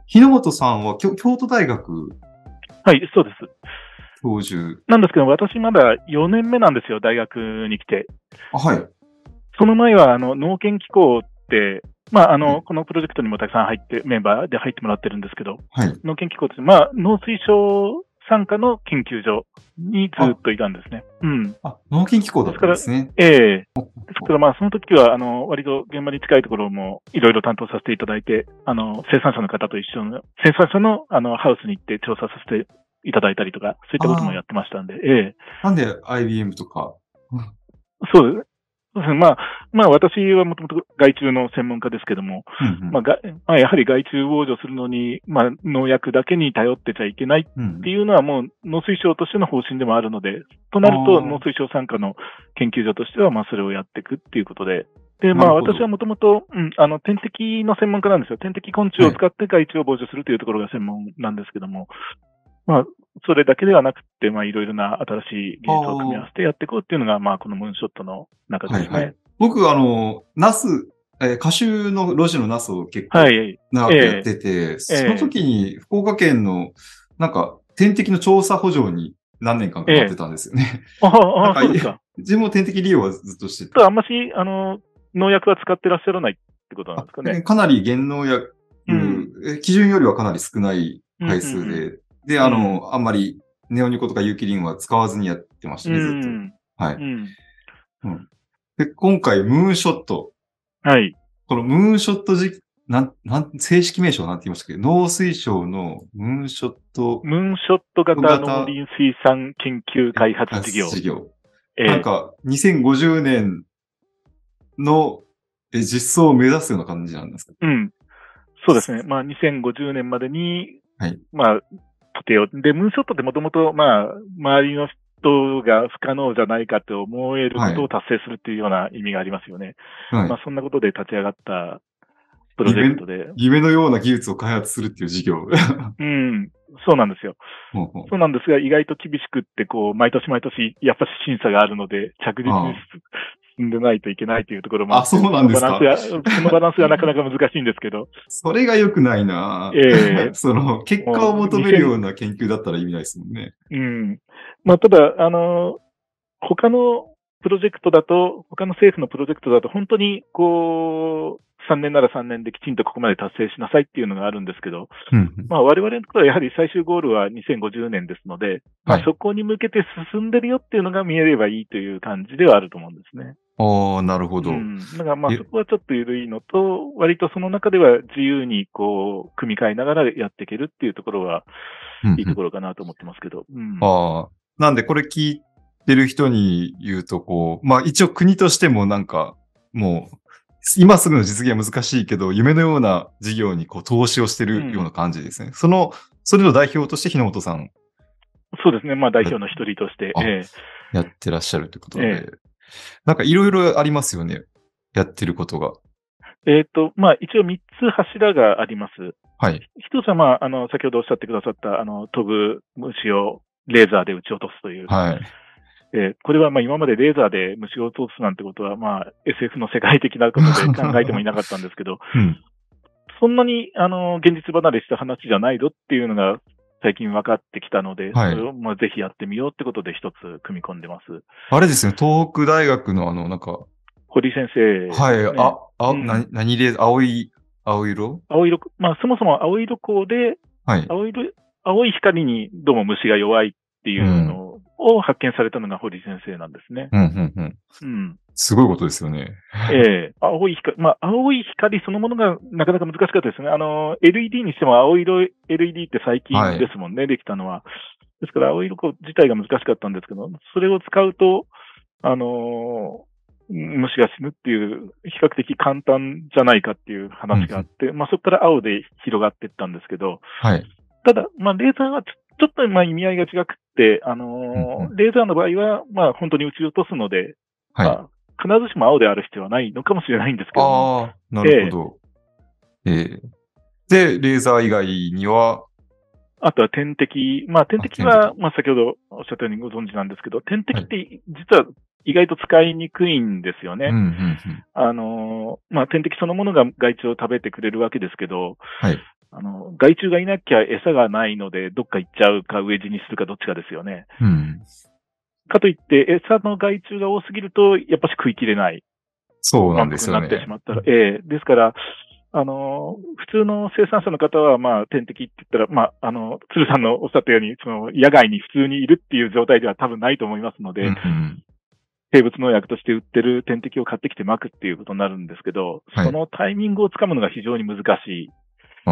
日野本さんは京都大学はい、そうです。 教授。 なんですけど、私まだ4年目なんですよ、大学に来て。 はい。 その前は、農研機構って、 はい。 このプロジェクトにもたくさんメンバーで入ってもらってるんですけど、 はい。 農研機構って、農水省傘下の研究所にずっあ、 といたんですね。うん。 農研機構だっですから、 たんですね。 ですからその時は、割と現場に近いところもいろいろ担当させていただいて、生産者の方と一緒の、生産者の、ハウスに行って調査させていただいたりとか、そういったこともやああ、 ってましたんで、 なんで IBM とか。うん。 そうです。そうですね。私はもともと害虫の専門家ですけども、 うん。 まあ、がまあ、やはり害虫を防除するのに、農薬だけに頼ってちゃいけないうん。 っていうのはもう農水省としての方針でもあるので、となると農あ水省傘下の研究所としては、それをやっていくっていうことで、で、 あ、なるほど。 私はもともと、天敵の専門家なんですよ。天敵昆虫はい。 を使って害虫を防除するというところが専門なんですけども、まあ、それだけではなくて、いろいろな新しい技術を組み合わああ、 せてやっていこうっていうのが、このムーンショットの中ではいはい。 すね。 僕、ナス、歌手の路地のナスを結構はい。 長くやっええ、 てて、そのええ、 時に福岡県の、なんか、天敵の調査補助に何年間かええ。 かってたんですよね。なんか、 そうですか。 自分も天敵利用はずっとしてて。 あんまし、農薬は使ってらっしゃらないってことなんですかね。 かなり減農薬、 うん。 基準よりはかなり少ないうん、 回数で、で、 うん、うん。 あんまりネオニコとか有機リンは使わずにやってましうん、 たね、ずっと。 うん。 はい。 うん。 うん。で、今回、ムーンショット。 はい。 このムーンショット正式名称はなんて言いましたっけ？農水省のムーンショットムーンショット型農型林水産研究開発開事業。 発事業。なんええ、 か、2050年の実装を目指すような感じなんですか？ うん。そうですね。2050年までに、 はい。 規定を。で、ムーンショットってもともと、周りの人が不可能じゃないかと思えるはい。 ことを達成するっていうような意味がありますよね。 はい。 そんなことで立ち上がったプロジェク夢、 トで、 夢のような技術を開発するっていう事業。 うん、そうなんですよ。 ほうほう。 そうなんですが、意外と厳しくって、毎年毎年、やっぱり審査があるので、着実にあ進んでないといけないというところもああ。あ、 って、 そうなんですか。 そのバランスがなかなか難しいんですけど、 それが良くないな。 ええ結果もうを求めるような研究だったら意味ないですもんね。 うん。ただ、他のプロジェクトだと、他の政府のプロジェクトだと、本当に、3年なら3年できちんとここまで達成しなさいっていうのがあるんですけど、 うん。 我々のところはやはり最終ゴールは2050年ですので、 はい。 そこに向けて進んでるよっていうのが見えればいいという感じではあると思うんですね。 ああ、なるほど。 うん。だからそえ、 こはちょっと緩いのと、割とその中では自由に組み替えながらやっていけるっていうところは、 うん。 いいところかなと思ってますけど。うん。 ああ。なんでこれ聞いてる人に言うと、一応国としてもなんか、もう、今すぐの実現は難しいけど、夢のような事業に投資をしてうん。 るような感じですね。それの代表として日野本さんそうですね。代や、 表の一人として、 あ、やってらっしゃるということで、 えなんかいろいろありますよね。やってることが。 一応3つ柱があります。 はい。 一つは、先ほどおっしゃってくださった、飛ぶ虫をレーザーで撃ち落とすという。 はい。 これは今までレーザーで虫を落とすなんてことは、SF の世界的なことで考えてもいなかったんですけど、 うん。 そんなに、現実離れした話じゃないぞっていうのが最近分かってきたので、 はい。 それをぜひやってみようってことで一つ組み込んでます。 あれですね、東北大学のなんか、 堀先生はい、 ですね。う何レーザー、青色。 青色、そもそも青色光で、 はい。 青色、青い光にどうも虫が弱いっていううん。 のを発見されたのが堀先生なんですね。 うん、うん、うん。 うん。 すごいことですよね。 青い光、青い光そのものがなかなか難しかったですね。LED にしても青色 LED って最近はい。 ですもんね、できたのは。ですから青色光自体が難しかったんですけど、それを使うと、あの虫が死ぬっていう、比較的簡単じゃないかっていううん、うん。 話があって、そこから青で広がっていったんですけど、 はい。 ただ、レーザーはちょっと意味合いが違くって、 うん、うん。 レーザーの場合は、本当に撃ち落とすので、 はい。 必ずしも青である必要はないのかもしれないんですけども、 ああ、なええ、 るほど。えー、で、レーザー以外には、 あとは天敵。天敵は、 点滴。 先ほどおっしゃったようにご存知なんですけど、天はい。 敵って実は意外と使いにくいんですようん、うね。 ん、うん。 天敵そのものが害虫を食べてくれるわけですけど、 はい。 害虫がいなきゃ餌がないので、どっか行っちゃうか、飢え死にするか、どっちかですよね。 うん。 かといって、餌の害虫が多すぎると、やっぱし食い切れない。 そうなん満腹になですよね。 ってしまったら。ですから、普通の生産者の方は、まあ、天敵って言ったら、まあ、鶴さんのおっしゃったように、野外に普通にいるっていう状態では多分ないと思いますので、 うん。 生物農薬として売ってる天敵を買ってきて撒くっていうことになるんですけど、 はい。 そのタイミングをつかむのが非常に難しい。 うん。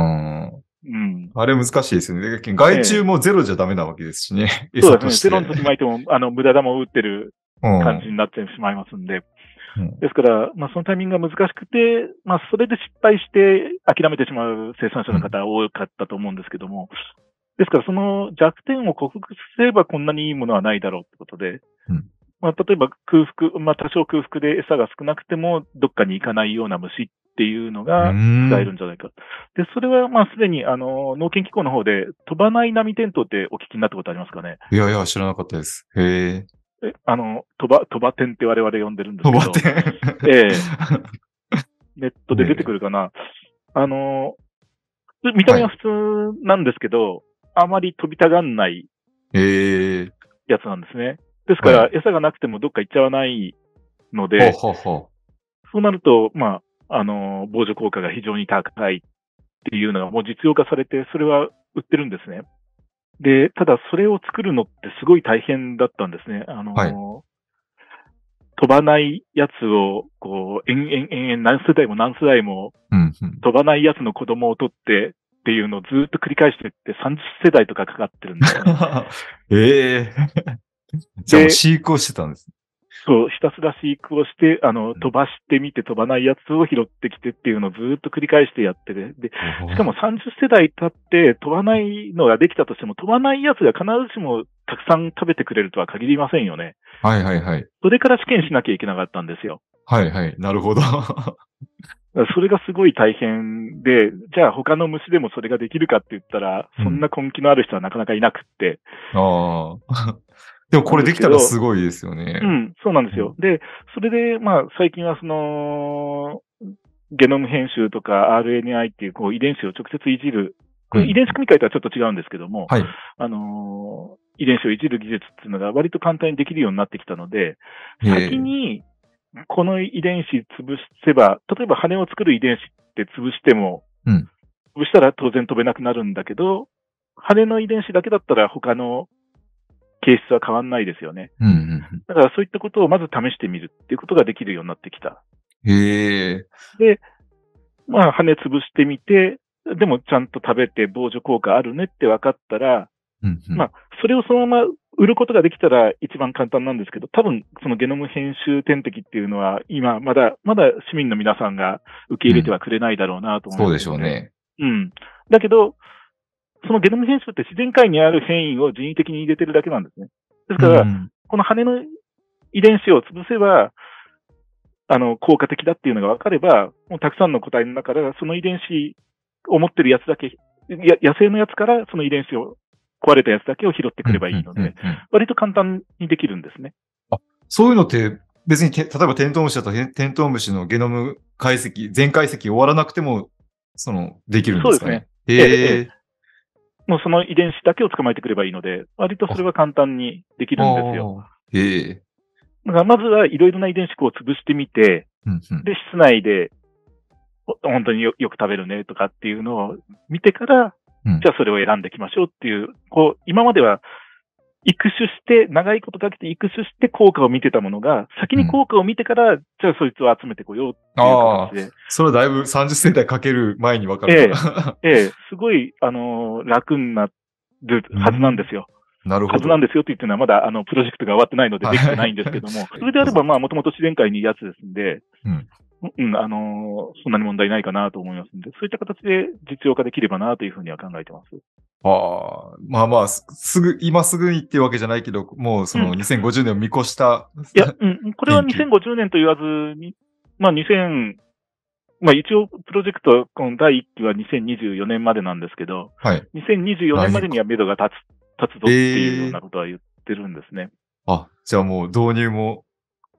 うん。 あれ難しいですよね。害虫ええもゼロじゃダメなわけですしね。餌そうですね。ゼロのとして。 時巻いても、無駄玉を打ってるうん。 感じになってしまいますんで。 うん。 ですから、まあ、そのタイミングが難しくて、まあ、それで失敗して諦めてしまう生産者の方は多かったと思うんですけども、ですから、その弱点を克服すればこんなにいいものはないだろうってことで、 うん。 まあ、例えば空腹、まあ、多少空腹で餌が少なくても、どっかに行かないような虫っていうのうーが使えるん。 んじゃないか。で、それは、まあ、すでに、農研機構の方で、飛ばない波点灯ってお聞きになったことありますかね。 いやいや、知らなかったです。へえ。 飛ば点って我々呼んでるんです止まっけど、えて。 えネットで出てくねるかな。あの、見え。はい。 た目は普通なんですけど、あまり飛びたがんないへえ。 やつなんですね。ですから、 はい。 餌がなくてもどっか行っちゃわないのはで、 はは。 そうなると、まあ、防除効果が非常に高いっていうのがもう実用化されて、それは売ってるんですね。で、ただそれを作るのってすごい大変だったんですね。 はい。 飛ばないやつを、こう、何世代も何世代もうん、うん。 飛ばないやつの子供を取ってっていうのをずっと繰り返していって30世代とかかかってるんですね。 ええ。じゃあもうで、 飼育をしてたんです。 そう、ひたすら飼育をして、 うん。 飛ばしてみて飛ばないやつを拾ってきてっていうのをずっと繰り返してやってて、で、 おお。 しかも30世代経って飛ばないのができたとしても、飛ばないやつが必ずしもたくさん食べてくれるとは限りませんよね。 はいはいはい。 それから試験しなきゃいけなかったんですよ。 はいはい。なるほど。 それがすごい大変で、じゃあ他の虫でもそれができるかって言ったら、 うん。 そんな根気のある人はなかなかいなくって、 ああ。でもなんでこれできたらすけど、 すごいですよね。 うん、そうなんですよ。 うん。 で、それで、まあ、最近はゲノム編集とか RNAi っていう、遺伝子を直接いじる、こうん。 れ遺伝子組み換えとはちょっと違うんですけども、 はい。 遺伝子をいじる技術っていうのが割と簡単にできるようになってきたので、 へえ。 先に、この遺伝子潰せば、例えば羽を作る遺伝子って潰しても、 うん。 潰したら当然飛べなくなるんだけど、羽の遺伝子だけだったら他の形質は変わんないですよね。 うん。うん。 だからそういったことをまず試してみるっていうことができるようになってきた。 へえ。 で、まあ、羽潰してみて、でもちゃんと食べて防除効果あるねって分かったら、 うん。うん。 まあ、それをそのまま売ることができたら一番簡単なんですけど、多分そのゲノム編集点滴っていうのは今まだ市民の皆さんが受け入れてうん。 はくれないだろうなと思いそうでますので。 しょうね。 うん。だけど、そのゲノム編集って自然界にある変異を人為的に入れてるだけなんですね。ですから、 うん。 この羽の遺伝子を潰せば、効果的だっていうのが分かれば、もうたくさんの個体の中から、その遺伝子を持ってるやつだけ、野生のやつからその遺伝子を、壊れたやつだけを拾ってくれうん。うん。 ばいいので、 うん。うん。 割と簡単にできるんですね。 あ、そういうのって別に例えばテントウムシだとテントウムシのゲノム解析、全解析終わらなくても、できるんでそうですね。 すかね。へえ。 もうその遺伝子だけを捕まえてくればいいので、割とそれあ、 は簡単にできるんですよ。 ああ。へえ。 だからまずはいろいろな遺伝子を潰してみて、 うん。うん。 で、室内で本当によく食べるねとかっていうのを見てから、 うん。 じゃあそれを選んでいきましょうっていう、今までは育種して、長いことかけて育種して効果を見てたものが、先うん。 に効果を見てから、じゃあそいつを集めてこようっていう形ああ。 で、 それはだいぶ30世代かける前に分かると。 ええ、すごい、楽になるうはずなんでん。 すよ。 なるほど。 はずなんですよって言ってるのはまだプロジェクトが終わってないのでできてないんはい。 ですけども、それであればまあもともと自然界にいるやつですんで、 うん。 うん、そんなに問題ないかなと思いますんで、そういった形で実用化できればなというふうには考えてます。 ああ。まあまあ、今すぐにっていうわけじゃないけど、もうそうん。 の2050年を見越したいや、うん、これは研究。 2050年と言わずに、まあ2000、まあ一応プロジェクト、この第1期は2024年までなんですけど、 はい。 2024年までには目処が立つぞっていうようええ。 なことは言ってるんですね。 あ、じゃあもう導入も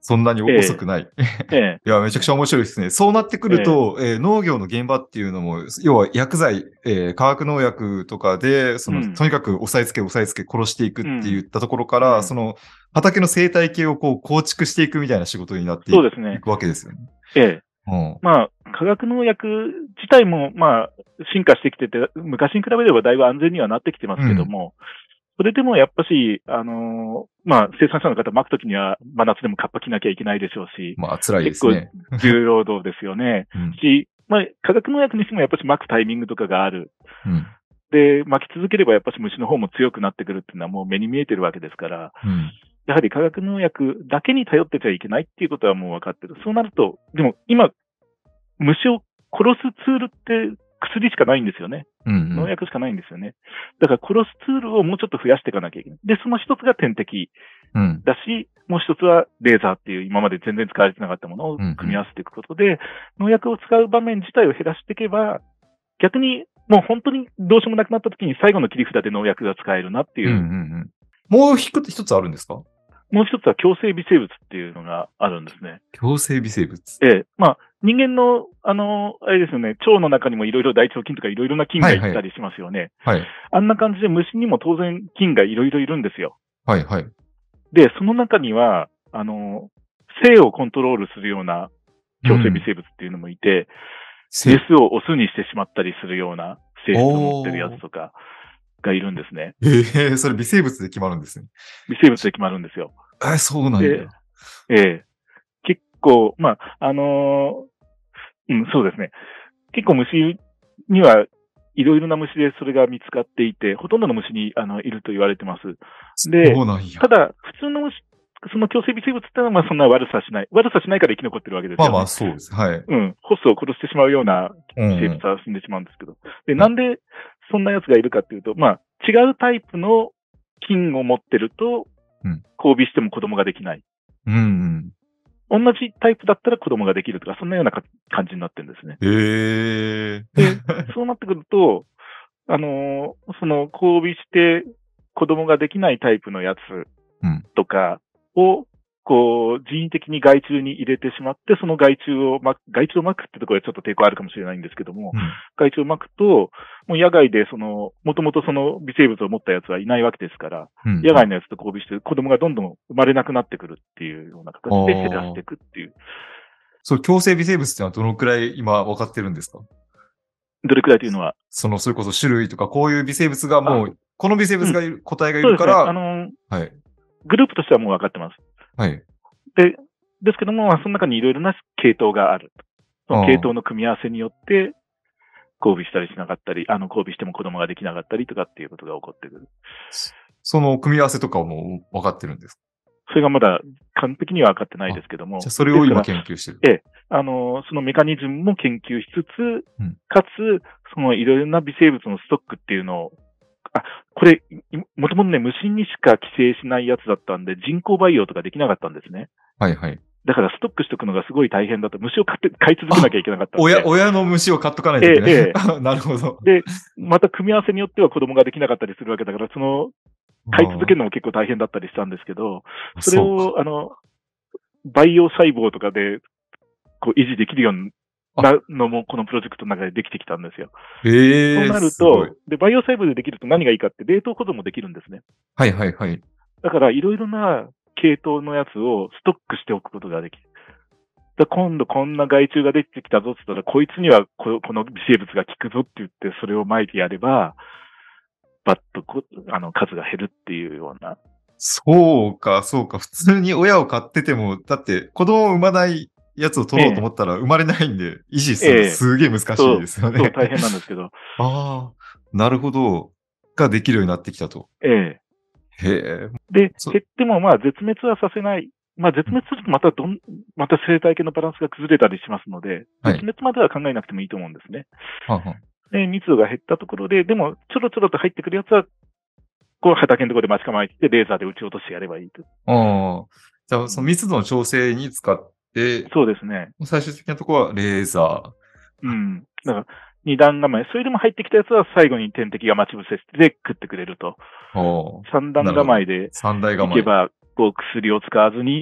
そんなにええ遅くない。 ええ、 いや、めちゃくちゃ面白いですね。そうなってくると、農業の現場っていうのも、要は薬剤、化学農薬とかで、とにかく抑えつけ殺していくって言ったところから、畑の生態系をこう構築していくみたいな仕事になっていそうですね。 くわけですよね。 ええ。 うん。 まあ、化学農薬自体も、まあ、進化してきてて、昔に比べればだいぶ安全にはなってきてますけども、それでもやっぱし、まあ、生産者の方、巻くときには真夏でもカッパ着なきゃいけないでしょうし、 まあ、辛いで結構すね。 重労働ですよね。まあ、化学農薬にしてもやっぱし巻くタイミングとかがある。で、巻き続ければやっぱし虫の方も強くなってくるっていうのはもう目に見えてるわけですから、やはり化学農薬だけに頼ってちゃいけないっていうことはもう分かってる。そうなると、でも今、虫を殺すツールって薬しかないんですよね。農薬しかないんですよね。だから殺すツールをもうちょっと増やしていかなきゃいけない。で、その一つが点滴だし、もう一つはレーザーっていう今まで全然使われてなかったものを組み合わせていくことで、農薬を使う場面自体を減らしていけば、逆にもう本当にどうしようもなくなった時に最後の切り札で農薬が使えるなっていう。 もう一つあるんですか？ もう一つは共生微生物っていうのがあるんですね。 共生微生物。 まあ、人間の、あれですよね、腸の中にもいろいろ大腸菌とかいろいろな菌がいたりしますよね。あんな感じで虫にも当然菌がいろいろいるんですよ。で、その中には、性をコントロールするような共生微生物っていうのもいて、メスをオスにしてしまったりするような性質を持ってるやつとかがいるんですね。 それ微生物で決まるんですね。 微生物で決まるんですよ。 そうなんだ。 結構、まあ、そうですね。結構虫にはいろいろな虫でそれが見つかっていて、ほとんどの虫にいると言われてます。で、ただ、普通の虫、その共生微生物ってのはまあそんな悪さしない。悪さしないから生き残ってるわけですよね。 まあまあそうです。はい。 ホスを殺してしまうような生物は死んでしまうんですけど。で、なんでそんなやつがいるかっていうと、まあ、違うタイプの菌を持ってると、交尾しても子供ができない。同じタイプだったら子供ができるとか、そんなような感じになってるんですね。で、そうなってくると、その交尾して子供ができないタイプのやつとかを、こう、人為的に害虫に入れてしまって、その害虫を巻くってところでちょっと抵抗あるかもしれないんですけども、害虫を巻くと、もう野外でもともとその微生物を持ったやつはいないわけですから、野外のやつと交尾して子供がどんどん生まれなくなってくるっていうような形で減らしていくっていう。 そう、共生微生物ってのはどのくらい今分かってるんですか？ どれくらいというのはそれこそ種類とか、こういう微生物がもう、この微生物がいる、個体がいるから、 グループとしてはもう分かってます。ですけども、その中にいろいろな系統がある。その系統の組み合わせによって、交尾したりしなかったり、交尾しても子供ができなかったりとかっていうことが起こってくる。 その組み合わせとかも分かってるんですか？ それがまだ完璧には分かってないですけども。 じゃあそれを今研究してる。 そのメカニズムも研究しつつ、かつ、そのいろいろな微生物のストックっていうのを、これ、もともとね、虫にしか寄生しないやつだったんで、人工培養とかできなかったんですね。だからストックしておくのがすごい大変だと、虫を飼い続けなきゃいけなかったんで。 親の虫を飼っとかないといけない。なるほど。 で、また組み合わせによっては子供ができなかったりするわけだから、飼い続けるのも結構大変だったりしたんですけど、それを、培養細胞とかで、こう維持できるようなのも、このプロジェクトの中でできてきたんですよ。そうなると、で、培養細胞でできると何がいいかって、冷凍保存もできるんですね。だから、いろいろな系統のやつをストックしておくことができる。今度こんな害虫ができてきたぞって言ったら、こいつにはこの微生物が効くぞって言って、それを撒いてやれば、バッと数が減るっていうような。 そうか。普通に親を飼ってても、だって子供を産まないやつを取ろうと思ったら生まれないんで、維持するのすげえ難しいですよね。 そう、大変なんですけど。 なるほど。ができるようになってきたと。 で、減っても絶滅はさせない。絶滅するとまた生態系のバランスが崩れたりしますので、絶滅までは考えなくてもいいと思うんですね。で、密度が減ったところで、でも、ちょろちょろと入ってくるやつは、こう畑のところで待ち構えて、レーザーで撃ち落としてやればいいと。 じゃあ、その密度の調整に使って、 そうですね。 最終的なところはレーザー。だから、二段構え。それでも入ってきたやつは最後に天敵が待ち伏せして食ってくれると。三段構えでいけば、こう薬を使わずに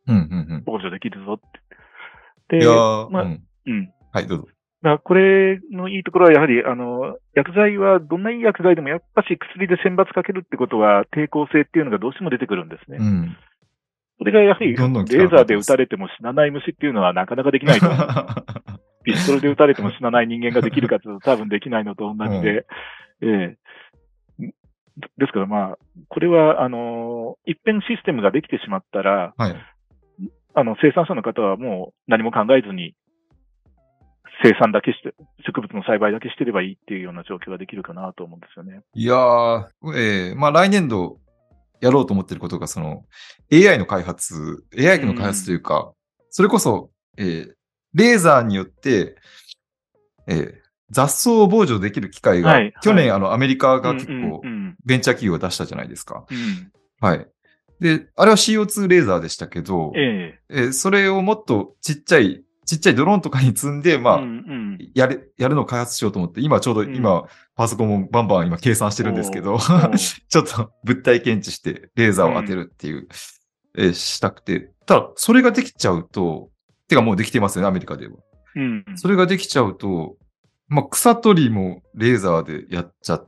うんうん防除できるぞっうん。いて。 やで、 ー、 まあ、 うん。 うん。 はい、どうぞ。 これのいいところはやはり、薬剤は、どんないい薬剤でもやっぱし薬で選抜かけるってことは、抵抗性っていうのがどうしても出てくるんですね。 うん。 それがやはり、 どんどん効かレーザーで撃たなくなってます。 れても死なない虫っていうのはなかなかできないと思うんですね。ピストルで撃たれても死なない人間ができるかというと多分できないのと同じで、ええですからまあ、これは、一遍システムができてしまったら、 はい。 生産者の方はもう何も考えずに生産だけして、植物の栽培だけしてればいいっていうような状況ができるかなと思うんですよね。 いやー、まあ来年度やろうと思ってることが、AI の開発、AI の開発というか、それこそ、レーザーによって、雑草を防除できる機械が、 はい、はい。 去年アメリカがうん、 結構うん、 ベンチャー企業を出したじゃないですか。 うん。うん。 はい。で、あれは CO2 レーザーでしたけど、 ええ。 それをもっとちっちゃいドローンとかに積んで、まうん、うあ、 ん。 やるのを開発しようと思って、今ちょうどうん。 パソコンもバンバン今計算してるんですけど、 おー、おー。 ちょっと物体検知してレーザーを当てうん、 るっていう、したくて。ただ、それができちゃうと、てかもうできてますよね、アメリカでは。 うん、 それができちゃうと、まあ、草取りもレーザーでやっちゃって、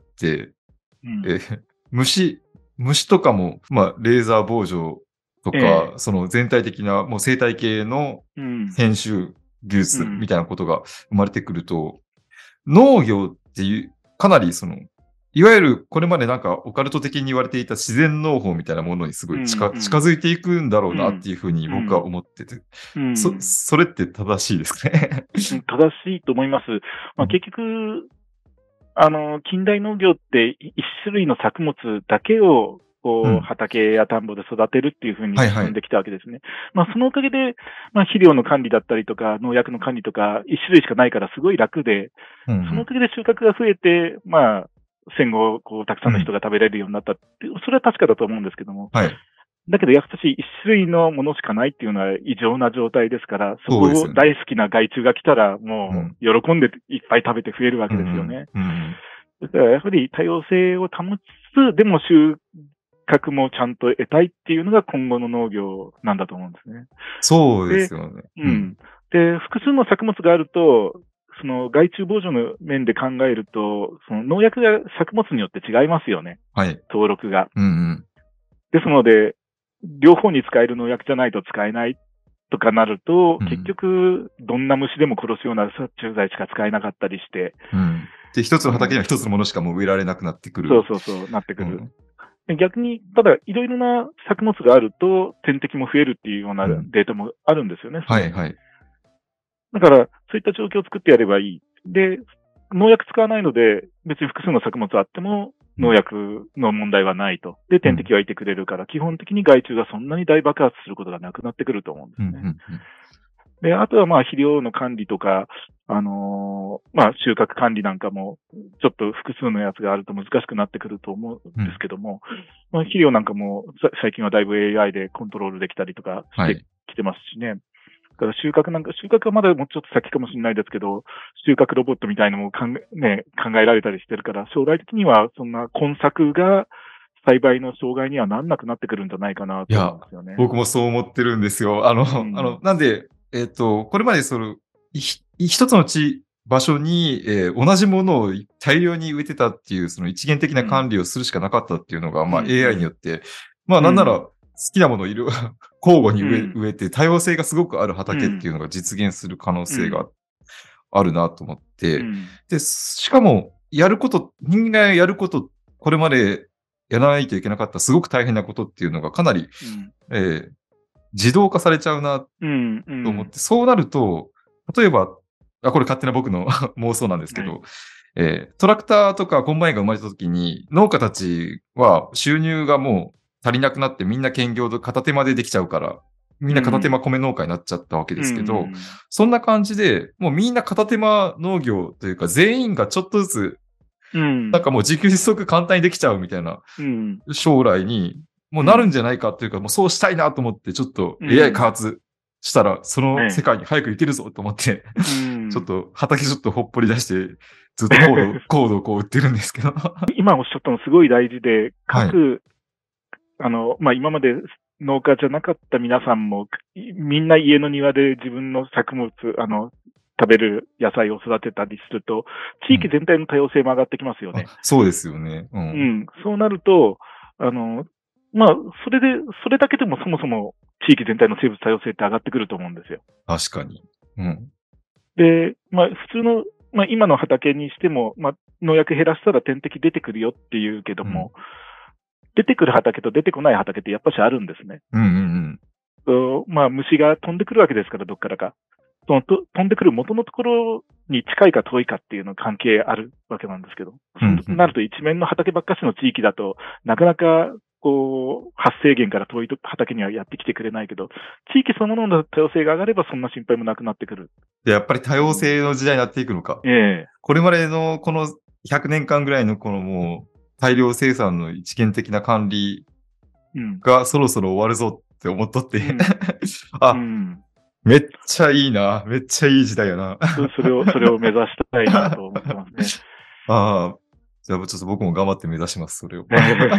うん。 えー虫、虫とかも、まあ、レーザー防除とか、 ええ。 その全体的なもう生態系のうん、 編集技うん。 術みたいなことが生まれてくると、農業っていう、かなりいわゆるこれまでなんかオカルト的に言われていた自然農法みたいなものにすごうん、 いうん。 近づいていくんだろううん、 なっていうふうにうん、 僕は思ってて、 うん。 それって正しいですかね。 正しいと思います。まあ、 うん結局、近代農業って一種類の作物だけを、こう、 うん畑や田んぼで育てるっていう風にはいはい。 進んできたわけですね。まあ、そのおかげで、まあ、肥料の管理だったりとか、農薬の管理とか、一種類しかないからすごい楽で、そのおうんかげで収穫が増えて、まあ、戦後、こう、たくさうん。うん。 んの人が食べれるようになったって、それは確かだと思うんですけども、 はい。 だけど、やっぱし一種類のものしかないっていうのは異常な状態ですから、そこをそうですよね。 大好きな害虫が来たら、 うん。 もう喜んでいっぱい食べて増えるわけですようん。 ね。 うん。 だからやはり多様性を保ちつつ、でも収穫もちゃんと得たいっていうのが今後の農業なんだと思うんですね。 そうでで、 すよね。 うん。 うん。 で、複数の作物があると、その害虫防除の面で考えると、その農薬が作物によって違いますよね。 はい。 登録が。 うんうん。 ですので、両方に使える農薬じゃないと使えないとかなると、結うん。 局、どんな虫でも殺すような殺虫剤しか使えなかったりして、 うん。で、一つの畑にはうん、 一つのものしかもう植えられなくなってくそうる。 そうそう、なってくる。 うん。 で逆に、ただ、いろいろな作物があると、天敵も増えるっていうようなうん。 データもあるんですよね、すでに。 はいはい。 だから、そういった状況を作ってやればいい。で、農薬使わないので、別に複数の作物あっても、 うん。 農薬の問題はないと。で、 うん。 天敵はいてくれるから、基本的に害虫がそんなに大爆発することがなくなってくると思うんでうん。うすね。 ん。うんで、あとはまあ肥料の管理とか、まあ収穫管理なんかも、ちょっと複数のやつがあると難しくなってくると思うんですうん。 けども、まあ、肥料なんかも最近はだいぶ AI でコントロールできたりとかしてはい。 きてますしね。だから収穫はまだもうちょっと先かもしれないですけど、収穫ロボットみたいのも考えられたりしてるから、将来的にはそんな根作が栽培の障害にはなんなくなってくるんじゃないかなと思ういや、 んですよね。 僕もそう思ってるんですよ。 うん。 なんで、これまで一つの場所に、同じものを大量に植えてたっていう、その一元的な管うん。 理をするしかなかったっていうのが、 うん。 まあう AI によん。 って、まあなんならうん。 好きなものを交互にうん。 植えて多様性がすごくあるうん。 畑っていうのが実現する可能うん。 性があるなと思って、 うん。 で、しかも、人間がやること、これまでやらないといけなかったすごく大変なことっていうのがかなり、 うん。 えー自動化されちゃうなうん。うん。 と思って、そうなると、例えば、これ勝手な僕の妄想なんですけはい。 ど、トラクターとかコンバインが生まれた時に、農家たちは収入がもう足りなくなってみんな兼業で片手間でできちゃうから、みんな片手うん。 間米農家になっちゃったわけうですけど、 ん。 そんな感じで、もうみんな片手間農業というか、全員がちょっとずつ、 うん。 なんかもう自給自足簡単にできちゃうみたいなうん。 将来に、もううん。 なるんじゃないかっていうか、もうそうしたいなと思って、ちょっとう AI 開ん。 発したら、その世ね界に早く行けるぞと思って、 うちょっん。 と畑ちょっとほっぽり出して、ずっとコードをこう売ってるんですけど。 今おっしゃったのすごい大事で、 はい。 まあ、今まで農家じゃなかった皆さんも、みんな家の庭で自分の作物、食べる野菜を育てたりすると、地域全体の多様性も上がってきますよね。 そうですよね。 そうなると、それだけでもそもそも地域全体の生物多様性って上がってくると思うんですよ。 確かに。 で、普通の、今の畑にしても、農薬減らしたら天敵出てくるよっていうけども、出てくる畑と出てこない畑ってやっぱしあるんですね。虫が飛んでくるわけですから、どっからか。その飛んでくる元のところに近いか遠いかっていうの関係あるわけなんですけど、そうなると一面の畑ばっかしの地域だと、なかなか発生源から遠い畑にはやってきてくれないけど、地域そのものの多様性が上がればそんな心配もなくなってくる。 で、やっぱり多様性の時代になっていくのか。これまでのこの100年間ぐらいのこのもう大量生産の一元的な管理がそろそろ終わるぞって思っとって、めっちゃいいな。めっちゃいい時代やな。 それを目指したいなと思ってますね。 じゃあちょっと僕も頑張って目指します、それを。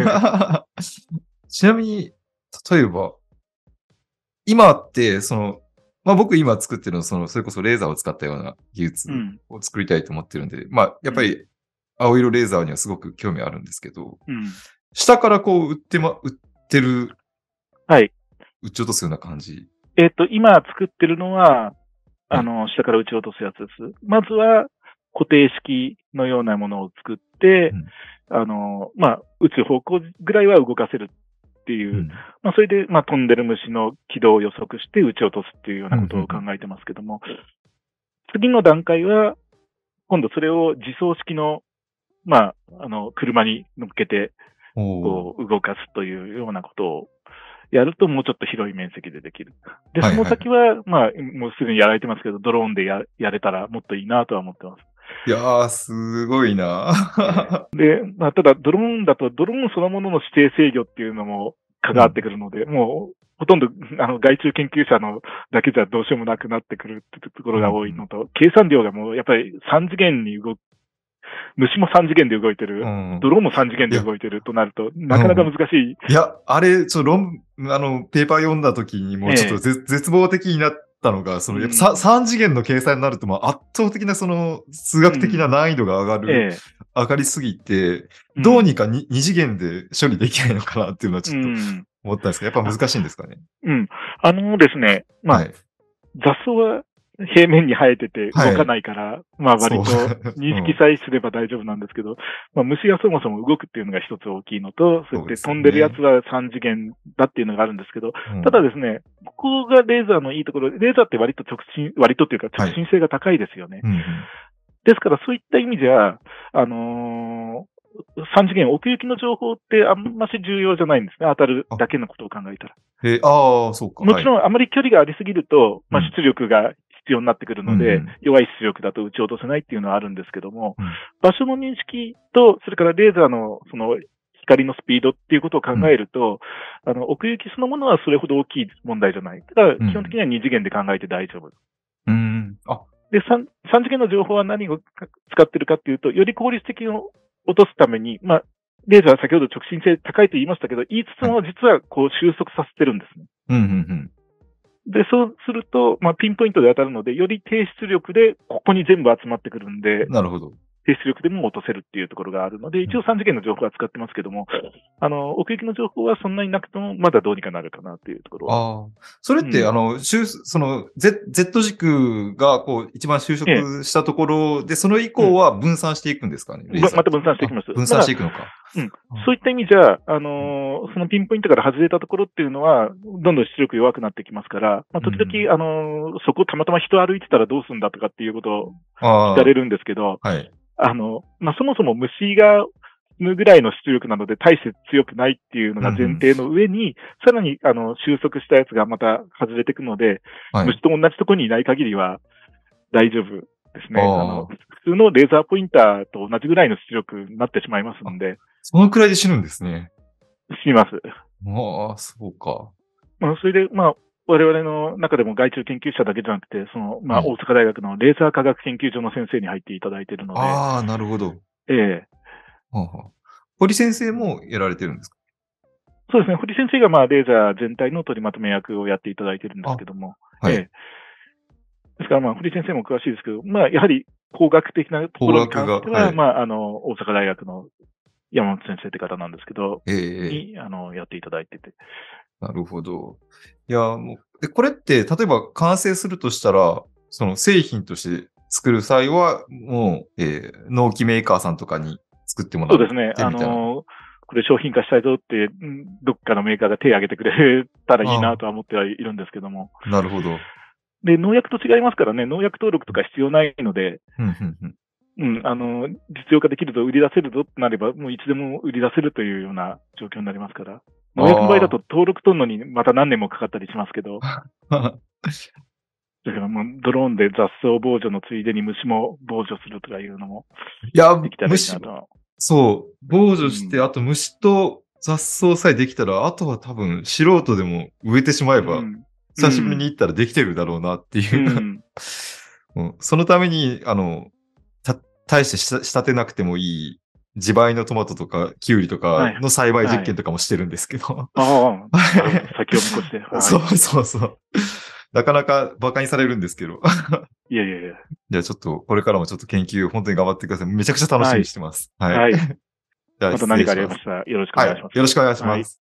ちなみに、例えば、今って、僕今作ってるのは、それこそレーザーを使ったような技術を作りたいと思ってるんで、やっぱり、青色レーザーにはすごく興味あるんですけど、下から売ってる、 はい。 撃ち落とすような感じ。 今作ってるのは、下から撃ち落とすやつです。まずは、固定式のようなものを作って、撃つ方向ぐらいは動かせるっていう、それで、飛んでる虫の軌道を予測して撃ち落とすっていうようなことを考えてますけども、次の段階は、今度それを自走式の、車に乗っけて、動かすというようなことをやるともうちょっと広い面積でできる。で、その先は、もうすでにやられてますけど、ドローンでやれたらもっといいなとは思ってます。 いやー、すごいな。 で、ただドローンだと、ドローンそのものの指定制御っていうのも関わってくるので、もう、ほとんど、外注研究者のだけじゃどうしようもなくなってくるってところが多いのと、計算量がもう、やっぱり3次元に虫も3次元で動いてる、ドローンも3次元で動いてるとなると、なかなか難しい。 いや、あれ、ペーパー読んだ時にもうちょっと絶望的になったのが、やっぱ3次元の計算になると、圧倒的な数学的な難易度が上がりすぎて、どうにか 2次元で処理できないのかなっていうのはちょっと思ったんですけど、やっぱ難しいんですかね。 ですね、雑草は平面に生えてて動かないから、割と認識さえすれば大丈夫なんですけど、虫がそもそも動くっていうのが一つ大きいのと、そうやって飛んでるやつは3次元だっていうのがあるんですけど、ただですね、ここがレーザーのいいところ、レーザーって割とっていうか直進性が高いですよね。ですからそういった意味では、3次元奥行きの情報ってあんまし重要じゃないんですね。当たるだけのことを考えたら。 そうか。 もちろんあまり距離がありすぎると、出力が必要になってくるので、弱い出力だと撃ち落とせないっていうのはあるんですけども、場所の認識と、それからレーザーの光のスピードっていうことを考えると、奥行きそのものはそれほど大きい問題じゃない。ただ、基本的には2次元で考えて大丈夫。で、3次元の情報は何を使ってるかっていうと、より効率的に落とすために、レーザーは先ほど直進性高いと言いましたけど、言いつつも実は収束させてるんですね。で、そうすると、ピンポイントで当たるので、より低出力で、ここに全部集まってくるんで、 なるほど。 低出力でも落とせるっていうところがあるので、一応3次元の情報は使ってますけども、奥行きの情報はそんなになくても、まだどうにかなるかなっていうところは。 それって、Z 軸が、一番収束したところで、その以降は分散していくんですかね、 また分散していきます。 分散していくのか。 そういった意味じゃ、そのピンポイントから外れたところっていうのは、どんどん出力弱くなってきますから、時々、そこたまたま人歩いてたらどうするんだとかっていうことを聞かれるんですけど、そもそも虫が死ぬぐらいの出力なので大して強くないっていうのが前提の上に、さらに収束したやつがまた外れていくので、虫と同じところにいない限りは大丈夫ですね。普通のレーザーポインターと同じぐらいの出力になってしまいますので。 そのくらいで死ぬんですね。 死にます。 そうか。 それで、我々の中でも外注研究者だけじゃなくて、大阪大学のレーザー科学研究所の先生に入っていただいているので。 なるほど。堀先生もやられてるんですか？ そうですね。堀先生がレーザー全体の取りまとめ役をやっていただいているんですけども。 はい。 ですから堀先生も詳しいですけど、やはり工学的なところに関しては、大阪大学の山本先生って方なんですけど、に、やっていただいてて。 なるほど。いや、で、これって、例えば完成するとしたら、その製品として作る際は、もう、納期メーカーさんとかに作ってもらってそうですね。 みたいな。 これ商品化したいぞって、どっかのメーカーが手を挙げてくれたらいいなとは思ってはいるんですけども。 なるほど。 で、農薬と違いますからね、農薬登録とか必要ないので、実用化できるぞ、売り出せるぞってなれば、もういつでも売り出せるというような状況になりますから。農薬の場合だと登録取るのにまた何年もかかったりしますけど。だからドローンで雑草防除のついでに虫も防除するとかいうのもできたらいいなと。 そう、防除して、あと虫と雑草さえできたら、あとは多分素人でも植えてしまえば、久しぶりに行ったらできてるだろうなっていう。そのために、大して仕立てなくてもいい自培のトマトとかキュウリとかの栽培実験とかもしてるんですけど。 先を見越して。 そう。なかなか馬鹿にされるんですけど。 いや。 じゃあちょっと、これからもちょっと研究本当に頑張ってください。めちゃくちゃ楽しみにしてます。はい。 じゃあまた何かありましたらよろしくお願いします。 よろしくお願いします。